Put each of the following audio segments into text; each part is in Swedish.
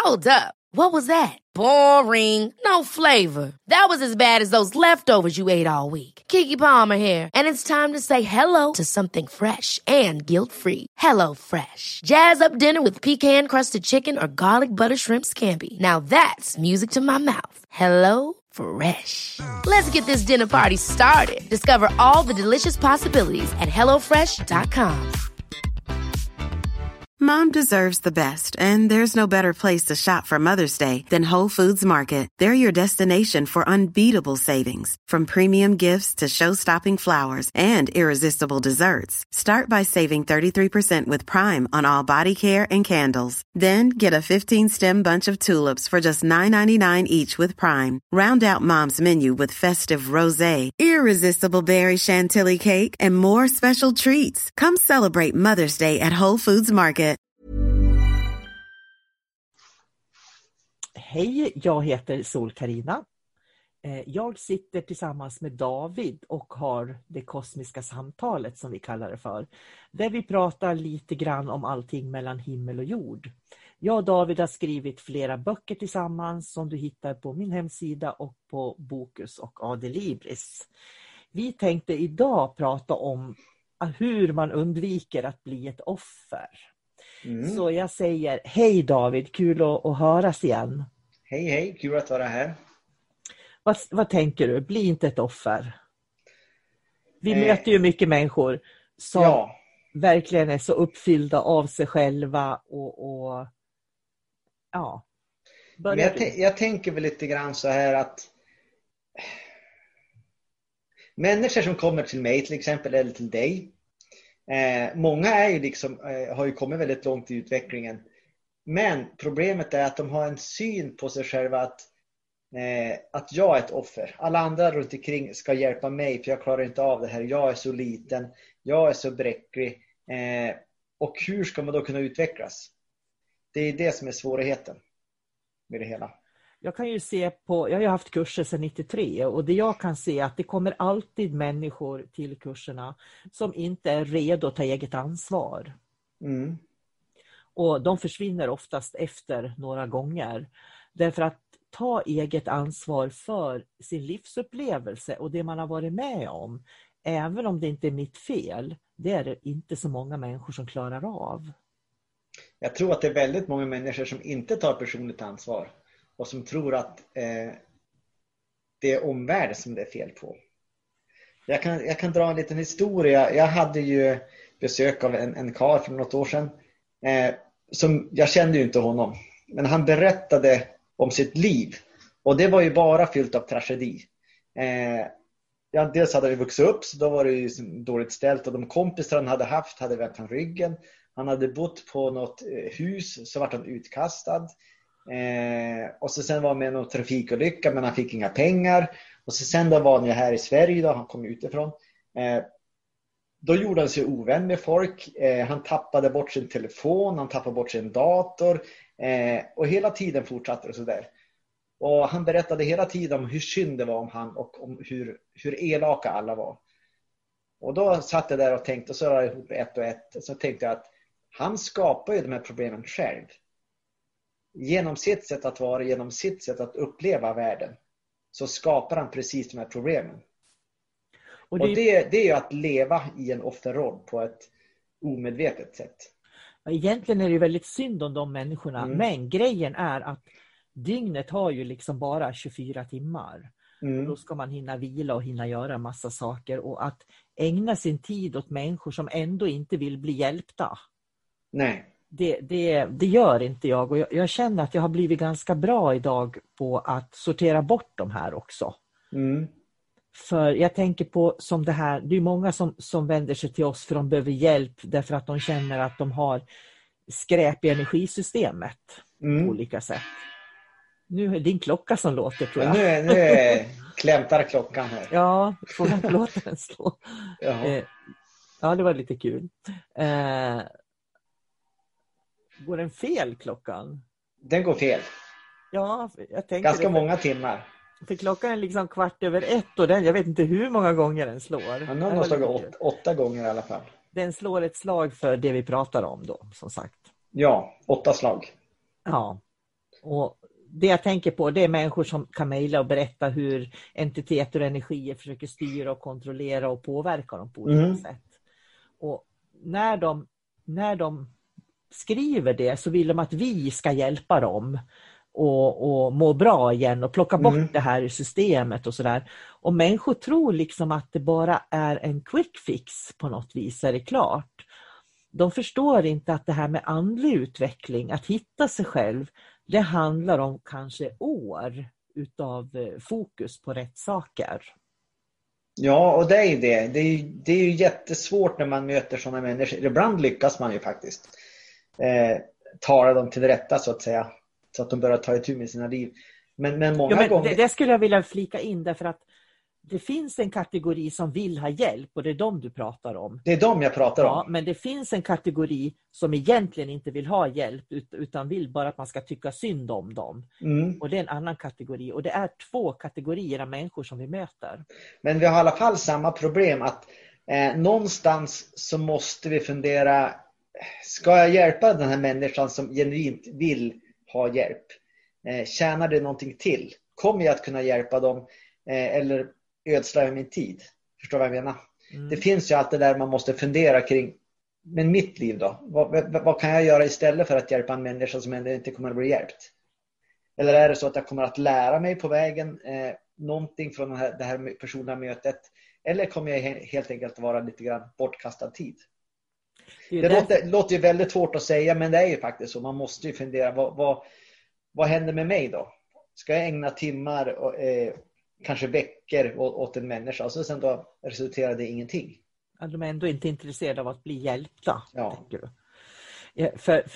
Hold up. What was that? Boring. No flavor. That was as bad as those leftovers you ate all week. Keke Palmer here, and it's time to say hello to something fresh and guilt-free. Hello Fresh. Jazz up dinner with pecan-crusted chicken or garlic butter shrimp scampi. Now that's music to my mouth. Hello Fresh. Let's get this dinner party started. Discover all the delicious possibilities at hellofresh.com. Mom deserves the best, and there's no better place to shop for Mother's Day than Whole Foods Market. They're your destination for unbeatable savings, from premium gifts to show-stopping flowers and irresistible desserts. Start by saving 33% with Prime on all body care and candles. Then get a 15-stem bunch of tulips for just $9.99 each with Prime. Round out Mom's menu with festive rosé, irresistible berry chantilly cake, and more special treats. Come celebrate Mother's Day at Whole Foods Market. Hej, jag heter Sol-Carina. Jag sitter tillsammans med David och har det kosmiska samtalet som vi kallar det för. Där vi pratar lite grann om allting mellan himmel och jord. Jag och David har skrivit flera böcker tillsammans som du hittar på min hemsida och på Bokus och Adelibris. Vi tänkte idag prata om hur man undviker att bli ett offer. Så jag säger hej David, kul att höras igen. Hej, kul att vara här. Vad tänker du? Bli inte ett offer. Vi möter ju mycket människor som verkligen är så uppfyllda av sig själva och ja. Men jag tänker väl lite grann så här att människor som kommer till mig till exempel eller till dig, många är ju liksom, har ju kommit väldigt långt i utvecklingen. Men problemet är att de har en syn på sig själva att jag är ett offer. Alla andra runt omkring ska hjälpa mig för jag klarar inte av det här. Jag är så liten, jag är så bräcklig. Och hur ska man då kunna utvecklas? Det är det som är svårigheten med det hela. Jag kan ju se på, jag har ju haft kurser sedan 93 och det jag kan se är att det kommer alltid människor till kurserna som inte är redo att ta eget ansvar. Och de försvinner oftast efter några gånger. Därför att ta eget ansvar för sin livsupplevelse och det man har varit med om, även om det inte är mitt fel, det är det inte så många människor som klarar av. Jag tror att det är väldigt många människor som inte tar personligt ansvar och som tror att det är omvärlden som det är fel på. Jag kan dra en liten historia. Jag hade ju besök av en karl för något år sedan. Som jag kände ju inte honom. Men han berättade om sitt liv. Och det var ju bara fyllt av tragedi. Dels hade vi vuxit upp, så då var det ju dåligt ställt. Och de kompisar han hade haft hade vänt han ryggen. Han hade bott på något hus, så var han utkastad. Och så sen var han med någon trafikolycka, men han fick inga pengar. Och så sen då var han ju här i Sverige, då han kom utifrån. Då gjorde han sig ovän med folk. Han tappade bort sin telefon, han tappade bort sin dator. Och hela tiden fortsatte det sådär. Och han berättade hela tiden om hur synd det var om han och om hur elaka alla var. Och då satt jag där och tänkte, och så var jag ihop ett och ett. Så tänkte jag att han skapar ju de här problemen själv. Genom sitt sätt att vara, genom sitt sätt att uppleva världen. Så skapar han precis de här problemen. Och det är ju att leva i en offerroll på ett omedvetet sätt. Egentligen är det ju väldigt synd om de människorna. Men grejen är att dygnet har ju liksom bara 24 timmar. Och då ska man hinna vila och hinna göra massa saker. Och att ägna sin tid åt människor som ändå inte vill bli hjälpta. Nej. Det gör inte jag. Och jag känner att jag har blivit ganska bra idag på att sortera bort de här också. För jag tänker på som det här, det är många som vänder sig till oss för de behöver hjälp därför att de känner att de har skräp i energisystemet på olika sätt. Nu är det din klocka som låter, tror jag. Nu klämtar klockan här. Ja, får jag inte låta den slå. Ja, det var lite kul. Går den fel klockan? Den går fel. Ja, jag tänker ganska många timmar. För klockan är liksom 1:15 och jag vet inte hur många gånger den slår. Ja, den har slagit 8 gånger i alla fall. Den slår ett slag för det vi pratar om då, som sagt. Ja, 8 slag. Ja. Och det jag tänker på, det är människor som kan mejla och berätta hur entiteter och energier försöker styra och kontrollera och påverka dem på olika sätt. Och när de skriver det så vill de att vi ska hjälpa dem och må bra igen och plocka bort det här i systemet och sådär. Och människor tror liksom att det bara är en quick fix på något vis, är det klart. De förstår inte att det här med andlig utveckling, att hitta sig själv, det handlar om kanske år utav fokus på rätt saker. Ja, och det är ju det. Det är ju jättesvårt när man möter sådana människor. Ibland lyckas man ju faktiskt tala dem till rätta så att säga. Så att de börjar ta itu med sina liv. Men många gånger... Det skulle jag vilja flika in därför att det finns en kategori som vill ha hjälp och det är de du pratar om. Det är de jag pratar om. Ja, men det finns en kategori som egentligen inte vill ha hjälp utan vill bara att man ska tycka synd om dem. Och det är en annan kategori. Och det är 2 kategorier av människor som vi möter. Men vi har i alla fall samma problem att någonstans så måste vi fundera, ska jag hjälpa den här människan som genuint vill ha hjälp? Tjänar det någonting till? Kommer jag att kunna hjälpa dem? Eller ödslar jag min tid? Förstår vad jag menar? Det finns ju allt det där man måste fundera kring. Men mitt liv då? Vad kan jag göra istället för att hjälpa en människa som ändå inte kommer att bli hjälpt? Eller är det så att jag kommer att lära mig på vägen någonting från det här personliga mötet? Eller kommer jag helt enkelt att vara lite grann bortkastad tid? Det låter ju väldigt svårt att säga, men det är ju faktiskt så. Man måste ju fundera, vad händer med mig då? Ska jag ägna timmar och kanske veckor åt en människa och så sen då resulterar det i ingenting? Ja, de är ändå inte intresserade av att bli hjälpta, ja. Tänker du? Ja, för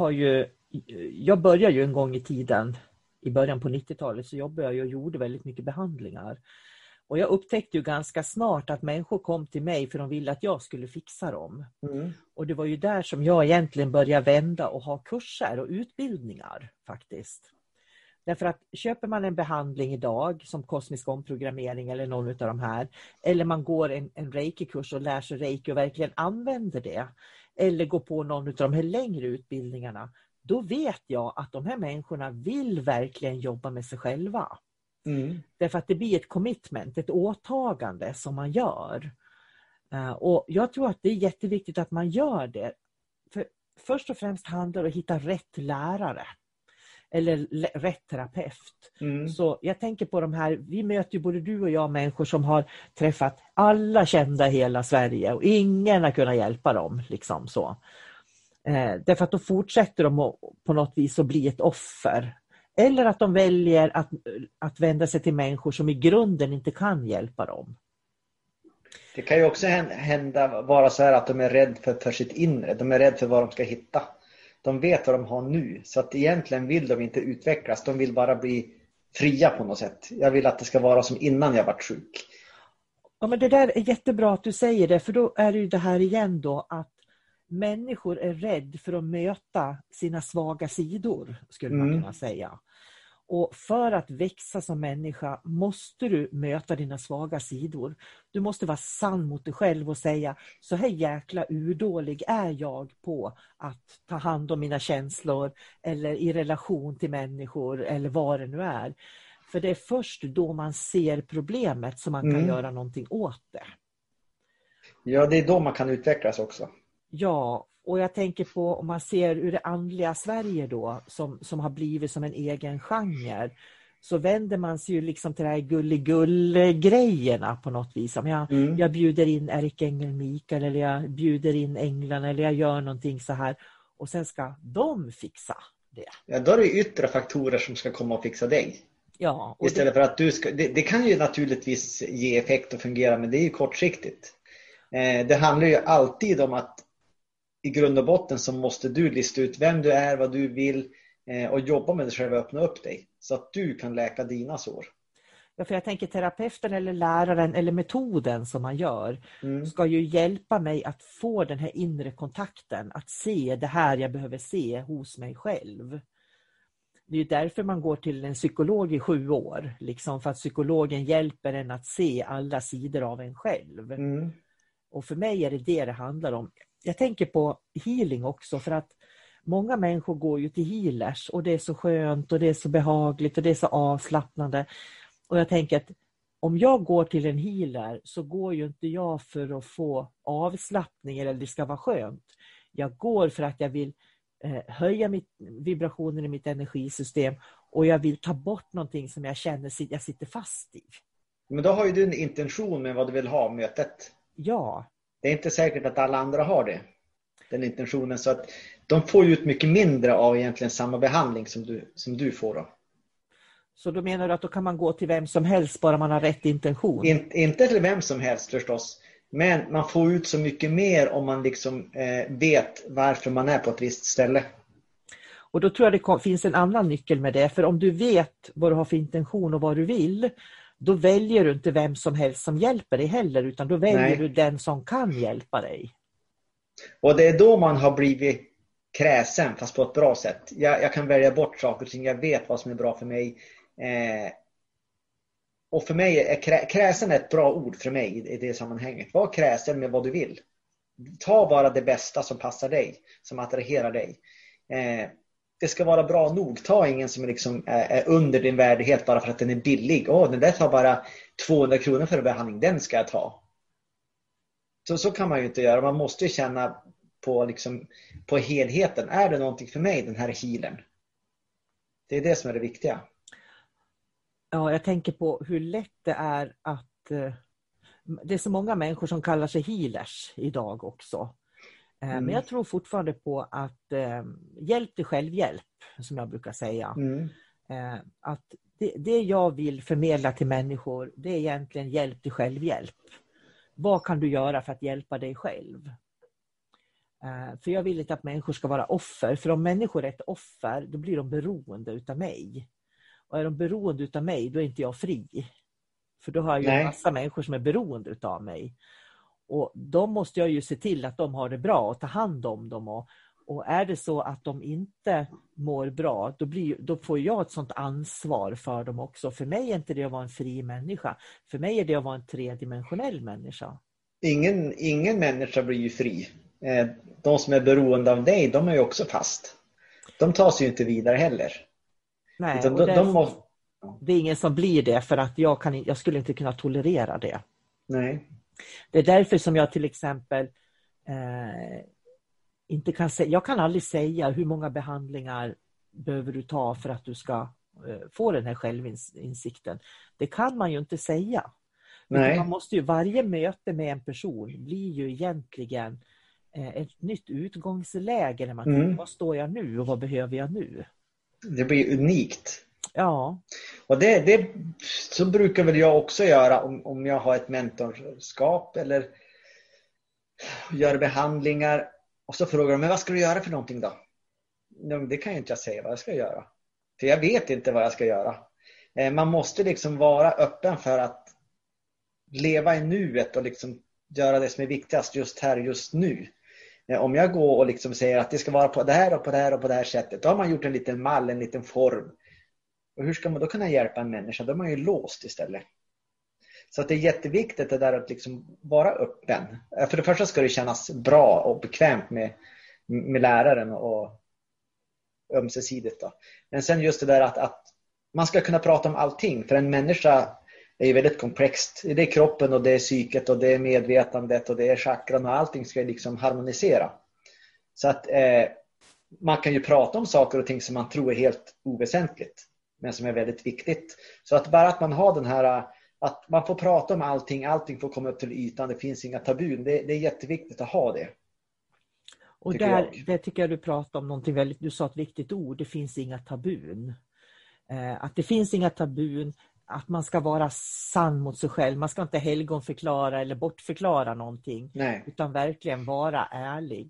jag började ju en gång i tiden, i början på 90-talet så jobbade jag och gjorde väldigt mycket behandlingar. Och jag upptäckte ju ganska snart att människor kom till mig för de ville att jag skulle fixa dem. Och det var ju där som jag egentligen började vända och ha kurser och utbildningar faktiskt. Därför att köper man en behandling idag som kosmisk omprogrammering eller någon av de här, eller man går en reiki-kurs och lär sig reiki och verkligen använder det, eller går på någon av de här längre utbildningarna, då vet jag att de här människorna vill verkligen jobba med sig själva. Därför att det blir ett commitment, ett åtagande som man gör. Och jag tror att det är jätteviktigt att man gör det. För först och främst handlar det om att hitta rätt lärare. Eller rätt terapeut. Så jag tänker på de här, vi möter ju både du och jag människor som har träffat alla kända i hela Sverige. Och ingen har kunnat hjälpa dem. Liksom så. Därför att då fortsätter de på något vis att bli ett offer. Eller att de väljer att vända sig till människor som i grunden inte kan hjälpa dem. Det kan ju också vara så här att de är rädda för sitt inre. De är rädda för vad de ska hitta. De vet vad de har nu. Så att egentligen vill de inte utvecklas. De vill bara bli fria på något sätt. Jag vill att det ska vara som innan jag var sjuk. Ja, men det där är jättebra att du säger det. För då är det ju det här igen då att människor är rädda för att möta sina svaga sidor, skulle man kunna säga. Och för att växa som människa måste du möta dina svaga sidor. Du måste vara sann mot dig själv och säga, så här jäkla urdålig är jag på att ta hand om mina känslor eller i relation till människor eller vad det nu är. För det är först då man ser problemet som man kan göra någonting åt det. Ja, det är då man kan utvecklas också. Ja, och jag tänker på om man ser ur det andliga Sverige då som har blivit som en egen genre, så vänder man sig ju liksom till det här gulligull-grejerna på något vis. Om jag bjuder in ärkeängel Mikael eller jag bjuder in änglarna eller jag gör någonting så här och sen ska de fixa det. Ja, då är det yttre faktorer som ska komma och fixa dig. Ja, och istället för att du ska, det kan ju naturligtvis ge effekt och fungera, men det är ju kortsiktigt. Det handlar ju alltid om att i grund och botten så måste du lista ut vem du är, vad du vill och jobba med dig själv och öppna upp dig så att du kan läka dina sår. Ja, för jag tänker terapeuten eller läraren eller metoden som man gör ska ju hjälpa mig att få den här inre kontakten, att se det här jag behöver se hos mig själv. Det är ju därför man går till en psykolog i 7 år, liksom för att psykologen hjälper en att se alla sidor av en själv. Och för mig är det handlar om. Jag tänker på healing också, för att många människor går ju till healers och det är så skönt och det är så behagligt och det är så avslappnande. Och jag tänker att om jag går till en healer så går ju inte jag för att få avslappning eller det ska vara skönt. Jag går för att jag vill höja vibrationen i mitt energisystem och jag vill ta bort någonting som jag känner jag sitter fast i. Men då har ju du en intention med vad du vill ha mötet. Ja. Det är inte säkert att alla andra har det. Den intentionen, så att de får ju ut mycket mindre av egentligen samma behandling som du får då. Så då menar du att då kan man gå till vem som helst bara man har rätt intention? Inte till vem som helst förstås. Men man får ut så mycket mer om man liksom vet varför man är på ett visst ställe. Och då tror jag det finns en annan nyckel med det. För om du vet vad du har för intention och vad du vill, då väljer du inte vem som helst som hjälper dig heller. Utan då väljer du den som kan hjälpa dig. Och det är då man har blivit kräsen, fast på ett bra sätt. Jag kan välja bort saker och ting. Jag vet vad som är bra för mig. Och för mig är kräsen ett bra ord för mig i det sammanhanget. Var kräsen med vad du vill. Ta bara det bästa som passar dig, som attraherar dig. Det ska vara bra nog. Ta ingen som liksom är under din värdighet bara för att den är billig. Den där tar bara 200 kronor för en behandling. Den ska jag ta. Så kan man ju inte göra. Man måste ju känna på helheten. Är det någonting för mig, den här healern? Det är det som är det viktiga. Ja, jag tänker på hur lätt det är att det är så många människor som kallar sig healers idag också. Men jag tror fortfarande på att hjälp till självhjälp, som jag brukar säga. Att det jag vill förmedla till människor, det är egentligen hjälp till självhjälp. Vad kan du göra för att hjälpa dig själv? För jag vill inte att människor ska vara offer. För om människor är ett offer, då blir de beroende utav mig. Och är de beroende utav mig, då är inte jag fri. För då har jag ju en massa människor som är beroende utav mig. Och då måste jag ju se till att de har det bra och ta hand om dem. Och är det så att de inte mår bra, då får jag ett sånt ansvar för dem också. För mig är inte det att vara en fri människa. För mig är det att vara en tredimensionell människa. Ingen människa blir ju fri. De som är beroende av dig, de är ju också fast. De tar sig ju inte vidare heller. Nej, det är ingen som blir det, för att jag skulle inte kunna tolerera det. Nej. Det är därför som jag till exempel inte kan säga, jag kan aldrig säga hur många behandlingar behöver du ta för att du ska få den här självinsikten. Det kan man ju inte säga. Nej. Man måste ju, varje möte med en person blir ju egentligen ett nytt utgångsläge när man tänker, vad står jag nu och vad behöver jag nu? Det blir unikt. Ja. Och det så brukar väl jag också göra om jag har ett mentorskap eller gör behandlingar. Och så frågar de, men vad ska du göra för någonting då? Det kan ju inte jag säga vad jag ska göra. För jag vet inte vad jag ska göra. Man måste liksom vara öppen för att leva i nuet och liksom göra det som är viktigast just här just nu. Om jag går och liksom säger att det ska vara på det här och på det här och på det här sättet, då har man gjort en liten mall, en liten form. Och hur ska man då kunna hjälpa en människa? Då är man ju låst istället. Så att det är jätteviktigt det där att liksom vara öppen. För det första ska det kännas bra och bekvämt med läraren och ömsesidigt då. Men sen just det där att man ska kunna prata om allting. För en människa är ju väldigt komplext. Det är kroppen och det är psyket och det är medvetandet och det är chakran och allting ska liksom harmonisera. Så att man kan ju prata om saker och ting som man tror är helt oväsentligt, men som är väldigt viktigt. Så att bara att man har den här, att man får prata om allting får komma upp till ytan, det finns inga tabun. Det är jätteviktigt att ha det. Och det tycker jag du pratar om någonting väldigt, du sa ett viktigt ord, det finns inga tabun. Att det finns inga tabun, att man ska vara sann mot sig själv. Man ska inte helgonförklara eller bortförklara någonting. Nej. Utan verkligen vara ärlig.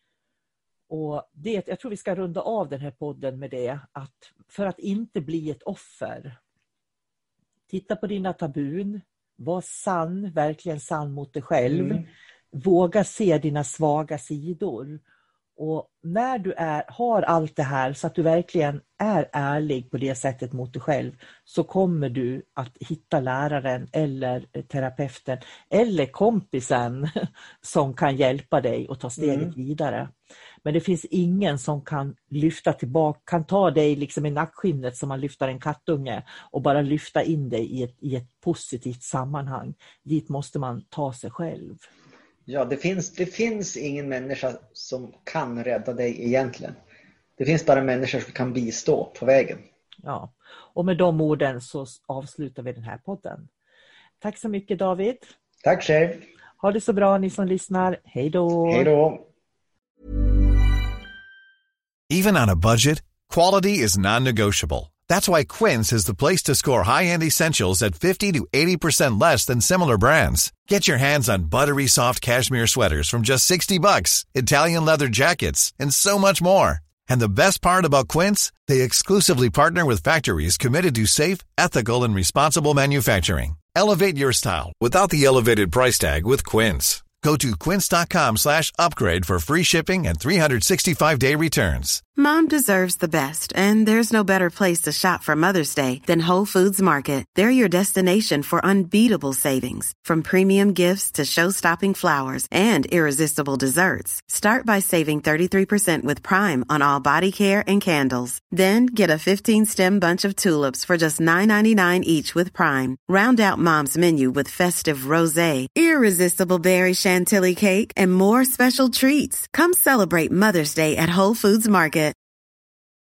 Och jag tror vi ska runda av den här podden med det. Att för att inte bli ett offer, titta på dina tabun. Var sann, verkligen sann mot dig själv. Våga se dina svaga sidor. Och när du har allt det här så att du verkligen är ärlig på det sättet mot dig själv, så kommer du att hitta läraren eller terapeuten eller kompisen som kan hjälpa dig och ta steget vidare. Men det finns ingen som kan lyfta tillbaka, kan ta dig liksom i nackskinnet som man lyfter en kattunge och bara lyfta in dig i ett positivt sammanhang. Dit måste man ta sig själv. Ja, det finns ingen människa som kan rädda dig egentligen. Det finns bara människor som kan bistå på vägen. Ja, och med de orden så avslutar vi den här podden. Tack så mycket, David. Tack själv. Ha det så bra ni som lyssnar. Hej då. Hej då. Even on a budget, quality is non-negotiable. That's why Quince is the place to score high-end essentials at 50 to 80% less than similar brands. Get your hands on buttery soft cashmere sweaters from just $60, Italian leather jackets, and so much more. And the best part about Quince, they exclusively partner with factories committed to safe, ethical, and responsible manufacturing. Elevate your style without the elevated price tag with Quince. Go to quince.com/upgrade for free shipping and 365-day returns. Mom deserves the best, and there's no better place to shop for Mother's Day than Whole Foods Market. They're your destination for unbeatable savings, from premium gifts to show-stopping flowers and irresistible desserts. Start by saving 33% with Prime on all body care and candles. Then get a 15-stem bunch of tulips for just $9.99 each with Prime. Round out Mom's menu with festive rosé, irresistible berry chantilly cake, and more special treats. Come celebrate Mother's Day at Whole Foods Market.